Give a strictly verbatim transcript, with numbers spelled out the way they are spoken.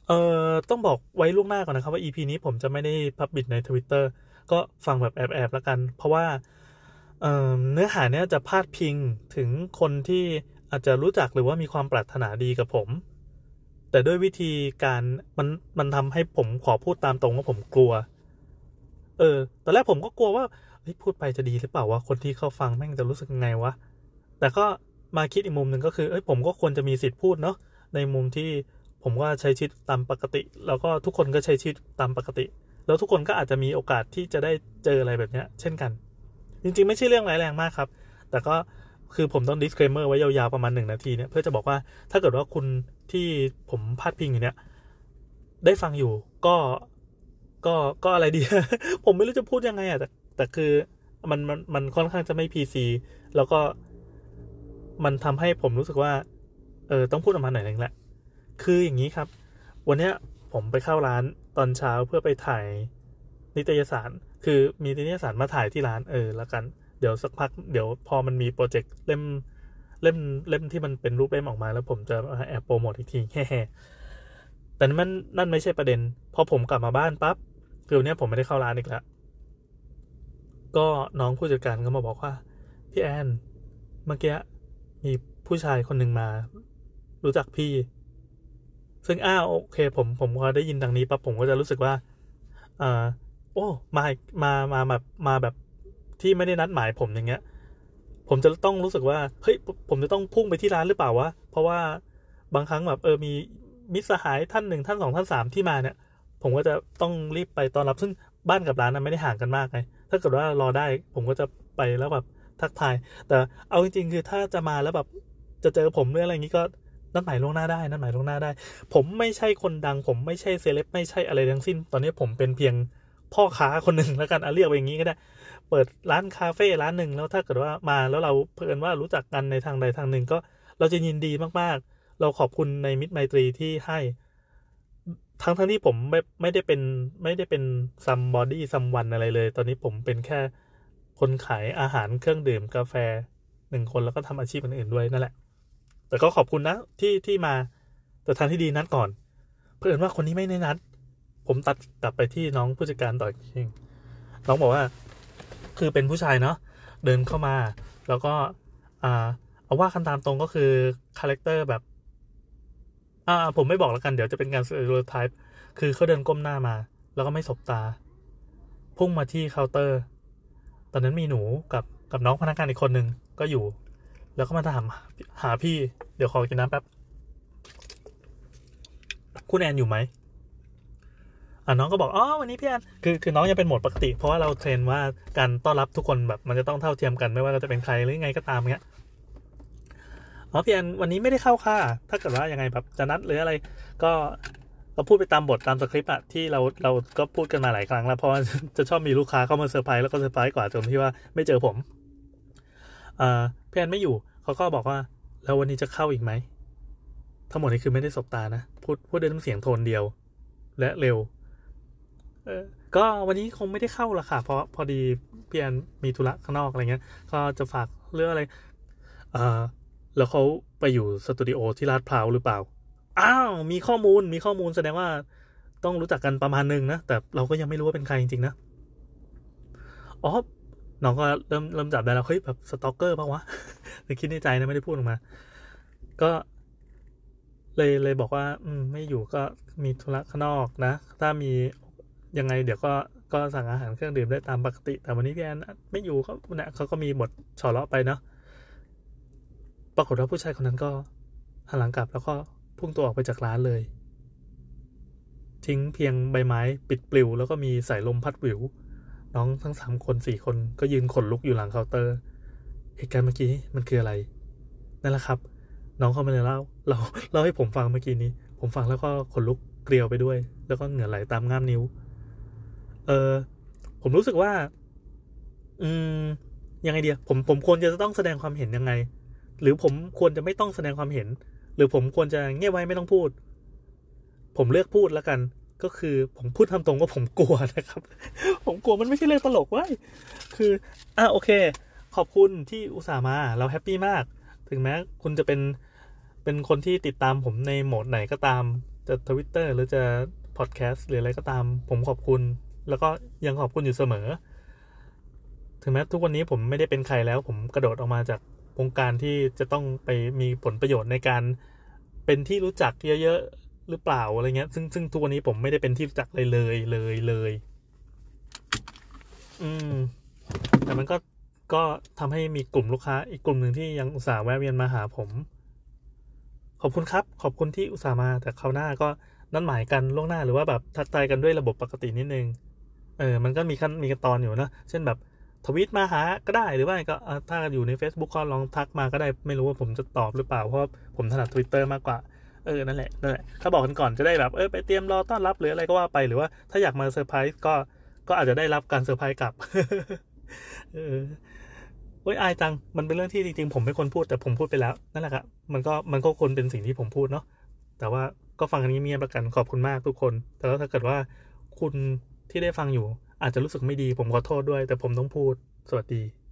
เอ่อต้องบอกไว้ล่วงหน้าก่อนนะครับว่า อี พี นี้ผมจะไม่ได้พับบิทใน Twitter ก็ฟังแบบแอบๆแล้วกันเพราะว่าเอ่อเนื้อหาเนี้ยจะพาดพิงถึงคนที่อาจจะรู้จักหรือว่ามีความปรารถนาดีกับผมแต่ด้วยวิธีการมันมันทำให้ผมขอพูดตามตรงว่าผมกลัวเออตอนแรกผมก็กลัวว่าเฮ้ยพูดไปจะดีหรือเปล่าวะคนที่เขาฟังแม่งจะรู้สึกยังไงวะแต่ก็มาคิดอีกมุมหนึ่งก็คือเอ้ยผมก็ควรจะมีสิทธิ์พูดเนาะในมุมที่ผมก็ใช้ชีวิตตามปกติแล้วก็ทุกคนก็ใช้ชีวิตตามปกติแล้วทุกคนก็อาจจะมีโอกาสที่จะได้เจออะไรแบบเนี้ยเช่นกันจริงๆไม่ใช่เรื่องร้ายแรงมากครับแต่ก็คือผมต้อง disclaimer ไว้ยาวๆประมาณหนึ่งนาทีเนี่ยเพื่อจะบอกว่าถ้าเกิดว่าคุณที่ผมพาดพิงอยู่เนี่ยได้ฟังอยู่ก็ก็ก็อะไรดี ผมไม่รู้จะพูดยังไงอ่ะแต่แต่คือมันมันมันค่อนข้างจะไม่ พี ซี แล้วก็มันทำให้ผมรู้สึกว่าเออต้องพูดออกมาหน่อยนึงแหละคืออย่างนี้ครับวันเนี้ยผมไปเข้าร้านตอนเช้าเพื่อไปถ่ายนิตยสารคือมีนิตยสารมาถ่ายที่ร้านเออแล้วกันเดี๋ยวสักพักเดี๋ยวพอมันมีโปรเจกต์เล่มเล่มเล่มที่มันเป็นรูปเล่มออกมาแล้วผมจะแอบโปรโมทอีกทีแฮ่ๆแต่นั่นนั่นไม่ใช่ประเด็นพอผมกลับมาบ้านปั๊บคือวันนี้ผมไม่ได้เข้าร้านอีกแล้วก็น้องผู้จัดการก็มาบอกว่าพี่แอนเมื่อกี้มีผู้ชายคนหนึ่งมารู้จักพี่ซึ่งอ้าวโอเคผมผมพอได้ยินดังนี้ปั๊บผมก็จะรู้สึกว่าอ่าโอ้มามามาแบบมาแบบที่ไม่ได้นัดหมายผมอย่างเงี้ยผมจะต้องรู้สึกว่าเฮ้ยผมจะต้องพุ่งไปที่ร้านหรือเปล่าวะเพราะว่าบางครั้งแบบเออมีมิตรสหายท่านหนึ่งท่านสองท่านสามที่มาเนี่ยผมก็จะต้องรีบไปต้อนรับซึ่งบ้านกับร้านนั้นไม่ได้ห่างกันมากไงถ้าเกิดว่ารอได้ผมก็จะไปแล้วแบบทักทายแต่เอาจริงๆคือถ้าจะมาแล้วแบบจะเจอผมหรืออะไรอย่างนี้ก็นัดหมายล่วงหน้าได้นัดหมายล่วงหน้าได้ผมไม่ใช่คนดังผมไม่ใช่เซเลบไม่ใช่อะไรทั้งสิ้นตอนนี้ผมเป็นเพียงพ่อค้าคนหนึ่งแล้วกันอ่ะเรียกไปอย่างนี้ก็ได้เปิดร้านคาเฟ่ร้านหนึ่งแล้วถ้าเกิดว่ามาแล้วเราเพิ่นว่ารู้จักกันในทางใดทางหนึ่งก็เราจะยินดีมากๆเราขอบคุณในมิตรไมตรีที่ให้ทั้งทั้งที่ผมไม่ไม่ได้เป็นไม่ได้เป็นซัมบอดี้ซัมวันอะไรเลยตอนนี้ผมเป็นแค่คนขายอาหารเครื่องดื่มกาแฟหนึ่งคนแล้วก็ทำอาชีพอื่นๆด้วยนั่นแหละแต่ก็ขอบคุณนะที่ที่มาแต่ทางที่ดีนัดก่อนเพื่อนว่าคนนี้ไม่ได้นัดผมตัดกลับไปที่น้องผู้จัดการต่ออีกทีน้องบอกว่าคือเป็นผู้ชายเนาะเดินเข้ามาแล้วก็อ่าเอาว่ากันตามตรงก็คือคาแรคเตอร์แบบอ่าผมไม่บอกแล้วกันเดี๋ยวจะเป็นการสเตอริโอไทป์คือเขาเดินก้มหน้ามาแล้วก็ไม่สบตาพุ่งมาที่เคาน์เตอร์ตอนนั้นมีหนูกับกับน้องพนักงานอีกคนหนึ่งก็อยู่แล้วก็มาถามหาพี่เดี๋ยวขอกินน้ำแป๊บคุณแอนอยู่ไหมอ่าน้องก็บอกอ๋อวันนี้พี่แอนคือคือน้องยังเป็นโหมดปกติเพราะว่าเราเทรนว่าการต้อนรับทุกคนแบบมันจะต้องเท่าเทียมกันไม่ว่าเราจะเป็นใครหรือไงก็ตามเงี้ยอ๋อพี่แอนวันนี้ไม่ได้เข้าค่ะถ้าเกิดว่ายังไงแบบจะนัดหรืออะไรก็ก็พูดไปตามบทตามสคริปต์อะที่เราเราก็พูดกันมาหลายครั้งแล้วเพราะว่าจะชอบมีลูกค้าเข้ามาเซอร์ไพรส์แล้วก็เซอร์ไพรส์กว่าจนที่ว่าไม่เจอผมอ่าพี่แอนไม่อยู่เขาก็บอกว่าแล้ววันนี้จะเข้าอีกไหมทั้งหมดนี้คือไม่ได้สบตานะพูดพูดด้วยน้ำเสียงโทนเดียวและเร็ว เออก็วันนี้คงไม่ได้เข้าละค่ะเพราะพอดีพี่แอนมีธุระข้างนอกอะไรเงี้ยก็จะฝากเรื่องอะไรอ่าแล้วเขาไปอยู่สตูดิโอที่ลาดพร้าวหรือเปล่าอ้าวมีข้อมูลมีข้อมูลแสดงว่าต้องรู้จักกันประมาณนึงนะแต่เราก็ยังไม่รู้ว่าเป็นใครจริงๆนะอ๋อน้องก็เริ่มเริ่มจับได้แล้วเฮ้ยแบบสตอกเกอร์ป่าวะแต่คิดในใจนะไม่ได้พูดออกมาก็เลยเลยบอกว่าอืมไม่อยู่ก็มีธุระข้างนอกนะถ้ามี ยังไงเดี๋ยวก็ก็สั่งอาหารเครื่องดื่มได้ตามปกติแต่วันนี้พี่แอนไม่อยู่เขาเนี่ยเขาก็มีบทฉอเลาะไปเนาะปรากฏว่าผู้ชายคนนั้นก็หันหลังกลับแล้วก็พุ่งตัวออกไปจากร้านเลยทิ้งเพียงใบไม้ปิดปลิวแล้วก็มีสายลมพัดวิวน้องทั้งสามคนสี่คนก็ยืนขนลุกอยู่หลังเคาน์เตอร์เหตุการณ์เมื่อกี้มันคืออะไรนั่นแหละครับน้องเขามาเลยเล่าเราเล่าให้ผมฟังเมื่อกี้นี้ผมฟังแล้วก็ขนลุกเกลียวไปด้วยแล้วก็เหงื่อไหลตามง่ามนิ้วเออผมรู้สึกว่า อืมยังไงเดียผมผมควรจะต้องแสดงความเห็นยังไงหรือผมควรจะไม่ต้องแสดงความเห็นหรือผมควรจะเงียบไว้ไม่ต้องพูดผมเลือกพูดแล้วกันก็คือผมพูดทำตรงว่าผมกลัวนะครับผมกลัวมันไม่ใช่เรื่องตลกเว้ยคืออ่ะโอเคขอบคุณที่อุตส่าห์มาเราแฮปปี้มากถึงแม้คุณจะเป็นเป็นคนที่ติดตามผมในโหมดไหนก็ตามจะ Twitter หรือจะ Podcast หรืออะไรก็ตามผมขอบคุณแล้วก็ยังขอบคุณอยู่เสมอถึงแม้ทุกวันนี้ผมไม่ได้เป็นใครแล้วผมกระโดดออกมาจากวงการที่จะต้องไปมีผลประโยชน์ในการเป็นที่รู้จักเยอะๆหรือเปล่าอะไรเงี้ยซึ่งซึ่งทุกวันนี้ผมไม่ได้เป็นที่รู้จักเลยเลยเลยเลยอืมแต่มันก็ก็ทำให้มีกลุ่มลูกค้าอีกกลุ่มหนึ่งที่ยังอุตส่าห์แวะเวียนมาหาผมขอบคุณครับขอบคุณที่อุตส่าห์มาแต่คราวหน้าก็นัดหมายกันล่วงหน้าหรือว่าแบบทักทายกันด้วยระบบปกตินิดนึงเออมันก็มีขั้นมีขั้นตอนอยู่นะเช่นแบบทวีตมาหาก็ได้หรือว่าก็ถ้าอยู่ใน Facebook ก็ลองทักมาก็ได้ไม่รู้ว่าผมจะตอบหรือเปล่าเพราะผมถนัด Twitter มากกว่าเออนั่นแหละนั่นแหละถ้าบอกกันก่อนจะได้แบบเออไปเตรียมรอต้อนรับหรืออะไรก็ว่าไปหรือว่าถ้าอยากมาเซอร์ไพรส์ก็ก็อาจจะได้รับการเซอร์ไพรส์กลับ เออโอ้ยอายจังมันเป็นเรื่องที่จริงๆผมไม่ควรพูดแต่ผมพูดไปแล้วนั่นแหละครับมันก็มันก็ควรเป็นสิ่งที่ผมพูดเนาะแต่ว่าก็ฟังกันเงียบๆแล้วกันขอบคุณมากทุกคนแต่แล้วถ้าเกิดว่าคุณที่ได้ฟังอยู่อาจจะรู้สึกไม่ดีผมขอโทษด้วยแต่ผมต้องพูดสวัสดี